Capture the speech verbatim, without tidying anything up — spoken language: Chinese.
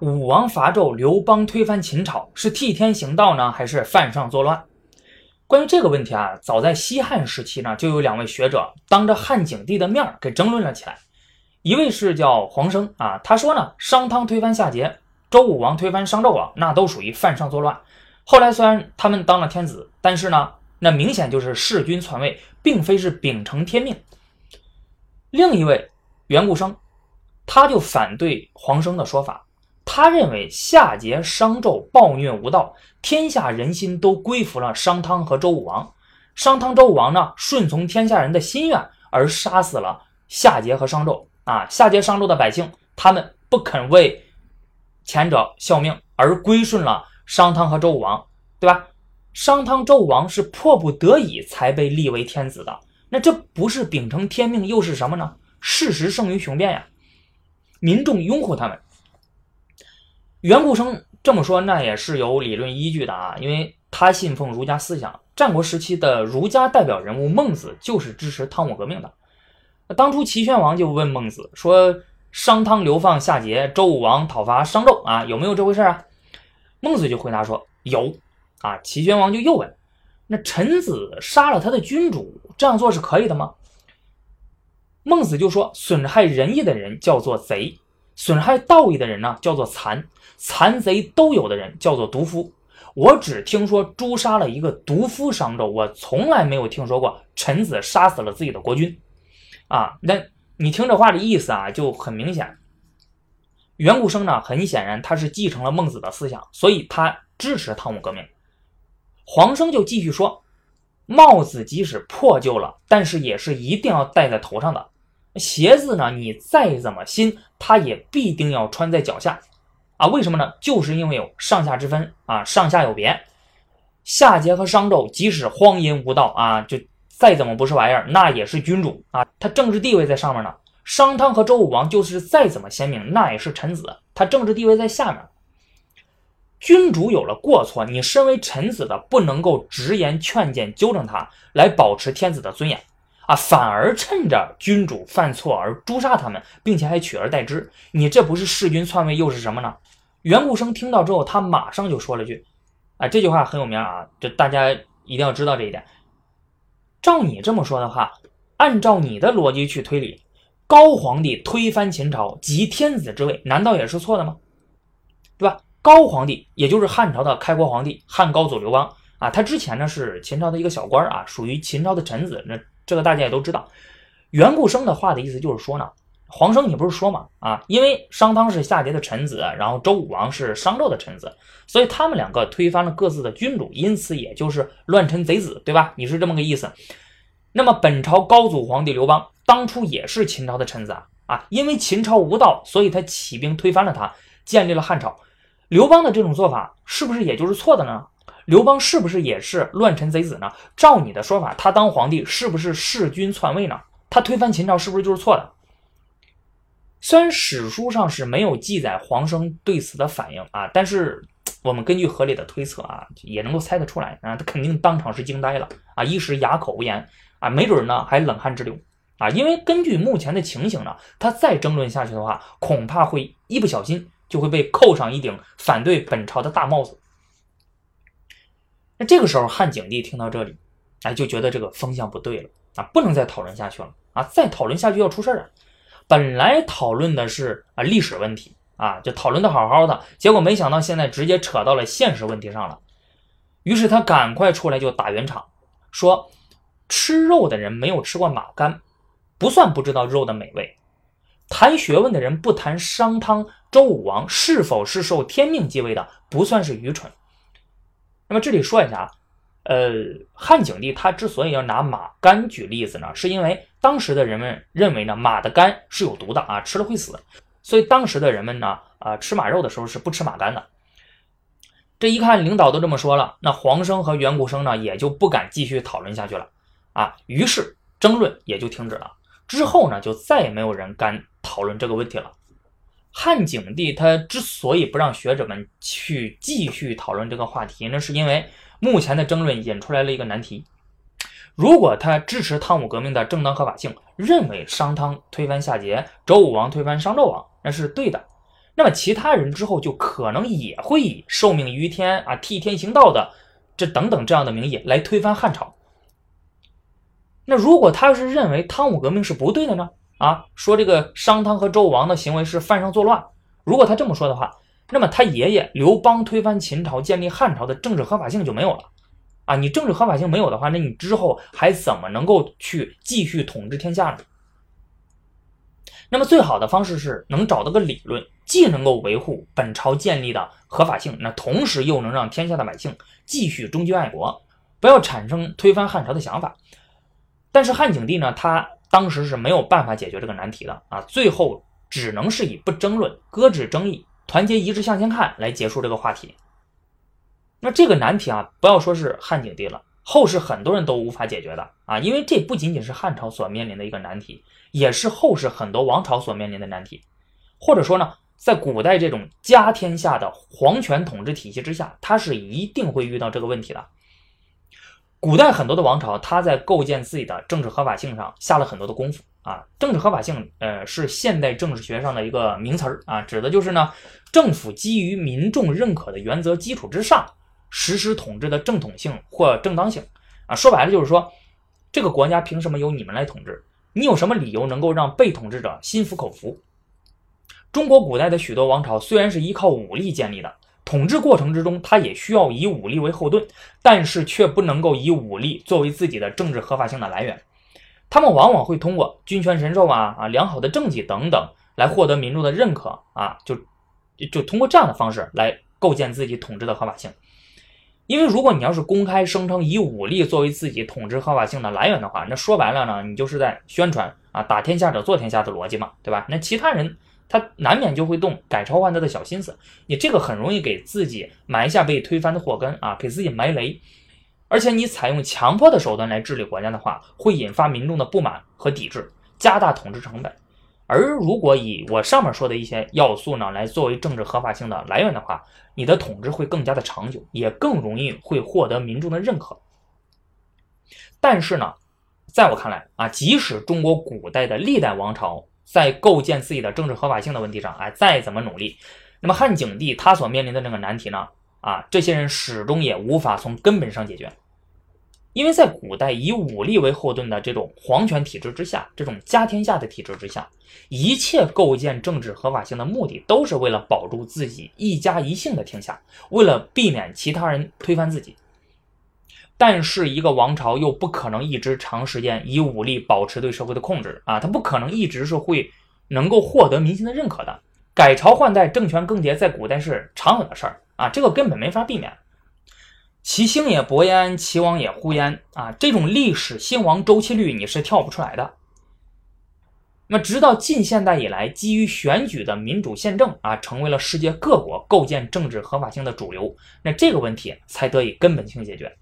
武王伐纣，刘邦推翻秦朝，是替天行道呢，还是犯上作乱？关于这个问题啊，早在西汉时期呢，就有两位学者当着汉景帝的面给争论了起来。一位是叫黄生啊，他说呢，商汤推翻夏桀，周武王推翻商纣王，那都属于犯上作乱。后来虽然他们当了天子，但是呢，那明显就是弑君篡位，并非是秉承天命。另一位袁固生，他就反对黄生的说法。他认为夏桀、商纣暴虐无道，天下人心都归服了商汤和周武王。商汤、周武王呢，顺从天下人的心愿而杀死了夏桀和商纣啊。夏桀、商纣的百姓，他们不肯为前者效命，而归顺了商汤和周武王，对吧？商汤、周武王是迫不得已才被立为天子的，那这不是秉承天命又是什么呢？事实胜于雄辩呀，民众拥护他们。袁固生这么说，那也是有理论依据的啊，因为他信奉儒家思想。战国时期的儒家代表人物孟子就是支持汤武革命的。当初齐宣王就问孟子说，商汤流放夏桀，周武王讨伐商纣啊，有没有这回事啊？孟子就回答说有啊。齐宣王就又问，那臣子杀了他的君主，这样做是可以的吗？孟子就说，损害仁义的人叫做贼，损害道义的人呢叫做残，残贼都有的人叫做毒夫。我只听说诛杀了一个毒夫商纣，我从来没有听说过臣子杀死了自己的国君啊。那你听这话的意思啊，就很明显。袁固生呢，很显然他是继承了孟子的思想，所以他支持汤武革命。黄生就继续说，帽子即使破旧了，但是也是一定要戴在头上的。鞋子呢，你再怎么新，它也必定要穿在脚下啊。为什么呢？就是因为有上下之分啊，上下有别。夏桀和商纣即使荒淫无道啊，就再怎么不是玩意儿，那也是君主啊，他政治地位在上面呢。商汤和周武王就是再怎么贤明，那也是臣子，他政治地位在下面。君主有了过错，你身为臣子的不能够直言劝谏纠正他，来保持天子的尊严啊，反而趁着君主犯错而诛杀他们，并且还取而代之，你这不是弑君篡位又是什么呢？袁固生听到之后，他马上就说了句啊，这句话很有名啊，这大家一定要知道这一点。照你这么说的话，按照你的逻辑去推理，高皇帝推翻秦朝即天子之位，难道也是错的吗？对吧？高皇帝也就是汉朝的开国皇帝汉高祖刘邦啊，他之前呢是秦朝的一个小官啊，属于秦朝的臣子，那这个大家也都知道。袁固生的话的意思就是说呢，黄生你不是说嘛啊，因为商汤是夏桀的臣子，然后周武王是商纣的臣子，所以他们两个推翻了各自的君主，因此也就是乱臣贼子，对吧？你是这么个意思。那么本朝高祖皇帝刘邦当初也是秦朝的臣子啊，啊，因为秦朝无道，所以他起兵推翻了他，建立了汉朝。刘邦的这种做法是不是也就是错的呢？刘邦是不是也是乱臣贼子呢？照你的说法，他当皇帝是不是弑君篡位呢？他推翻秦朝是不是就是错的？虽然史书上是没有记载黄生对此的反应啊，但是我们根据合理的推测啊，也能够猜得出来啊，他肯定当场是惊呆了啊，一时哑口无言啊，没准呢还冷汗直流啊，因为根据目前的情形呢，他再争论下去的话，恐怕会一不小心就会被扣上一顶反对本朝的大帽子。那这个时候汉景帝听到这里，哎，就觉得这个风向不对了啊，不能再讨论下去了啊，再讨论下去要出事儿啊。本来讨论的是啊历史问题啊，就讨论的好好的，结果没想到现在直接扯到了现实问题上了。于是他赶快出来就打圆场，说吃肉的人没有吃过马肝，不算不知道肉的美味。谈学问的人不谈商汤、周武王是否是受天命继位的，不算是愚蠢。那么这里说一下啊，呃，汉景帝他之所以要拿马肝举例子呢，是因为当时的人们认为呢，马的肝是有毒的啊，吃了会死，所以当时的人们呢，啊、呃，吃马肉的时候是不吃马肝的。这一看领导都这么说了，那黄生和袁固生呢，也就不敢继续讨论下去了啊，于是争论也就停止了。之后呢，就再也没有人敢讨论这个问题了。汉景帝他之所以不让学者们去继续讨论这个话题，那是因为目前的争论引出来了一个难题。如果他支持汤武革命的正当合法性，认为商汤推翻夏桀，周武王推翻商纣王，那是对的。 那么其他人之后就可能也会以受命于天啊、替天行道的这等等这样的名义来推翻汉朝。那如果他要是认为汤武革命是不对的呢？啊，说这个商汤和周武王的行为是犯上作乱，如果他这么说的话，那么他爷爷刘邦推翻秦朝建立汉朝的政治合法性就没有了啊！你政治合法性没有的话，那你之后还怎么能够去继续统治天下呢？那么最好的方式是能找到个理论，既能够维护本朝建立的合法性，那同时又能让天下的百姓继续忠君爱国，不要产生推翻汉朝的想法。但是汉景帝呢，他当时是没有办法解决这个难题的啊，最后只能是以不争论、搁置争议、团结一致向前看来结束这个话题。那这个难题啊，不要说是汉景帝了，后世很多人都无法解决的啊，因为这不仅仅是汉朝所面临的一个难题，也是后世很多王朝所面临的难题。或者说呢，在古代这种家天下的皇权统治体系之下，它是一定会遇到这个问题的。古代很多的王朝，它在构建自己的政治合法性上下了很多的功夫啊。政治合法性，呃，是现代政治学上的一个名词啊，指的就是呢，政府基于民众认可的原则基础之上，实施统治的正统性或正当性啊。说白了就是说，这个国家凭什么由你们来统治？你有什么理由能够让被统治者心服口服？中国古代的许多王朝虽然是依靠武力建立的，统治过程之中，它也需要以武力为后盾，但是却不能够以武力作为自己的政治合法性的来源。他们往往会通过君权神授啊、啊良好的政绩等等来获得民众的认可啊，就就通过这样的方式来构建自己统治的合法性。因为如果你要是公开声称以武力作为自己统治合法性的来源的话，那说白了呢，你就是在宣传啊打天下者做天下的逻辑嘛，对吧？那其他人他难免就会动改朝换代的小心思，你这个很容易给自己埋下被推翻的祸根啊，给自己埋雷。而且你采用强迫的手段来治理国家的话，会引发民众的不满和抵制，加大统治成本。而如果以我上面说的一些要素呢，来作为政治合法性的来源的话，你的统治会更加的长久，也更容易会获得民众的认可。但是呢，在我看来啊，即使中国古代的历代王朝在构建自己的政治合法性的问题上，哎，再怎么努力，那么汉景帝他所面临的这个难题呢，啊，这些人始终也无法从根本上解决。因为在古代以武力为后盾的这种皇权体制之下，这种家天下的体制之下，一切构建政治合法性的目的都是为了保住自己一家一姓的天下，为了避免其他人推翻自己。但是一个王朝又不可能一直长时间以武力保持对社会的控制啊，它不可能一直是会能够获得民心的认可的。改朝换代、政权更迭在古代是常有的事儿啊，这个根本没法避免。其兴也勃焉，其亡也忽焉啊，这种历史兴亡周期率你是跳不出来的。那么直到近现代以来，基于选举的民主宪政啊，成为了世界各国构建政治合法性的主流，那这个问题才得以根本性解决。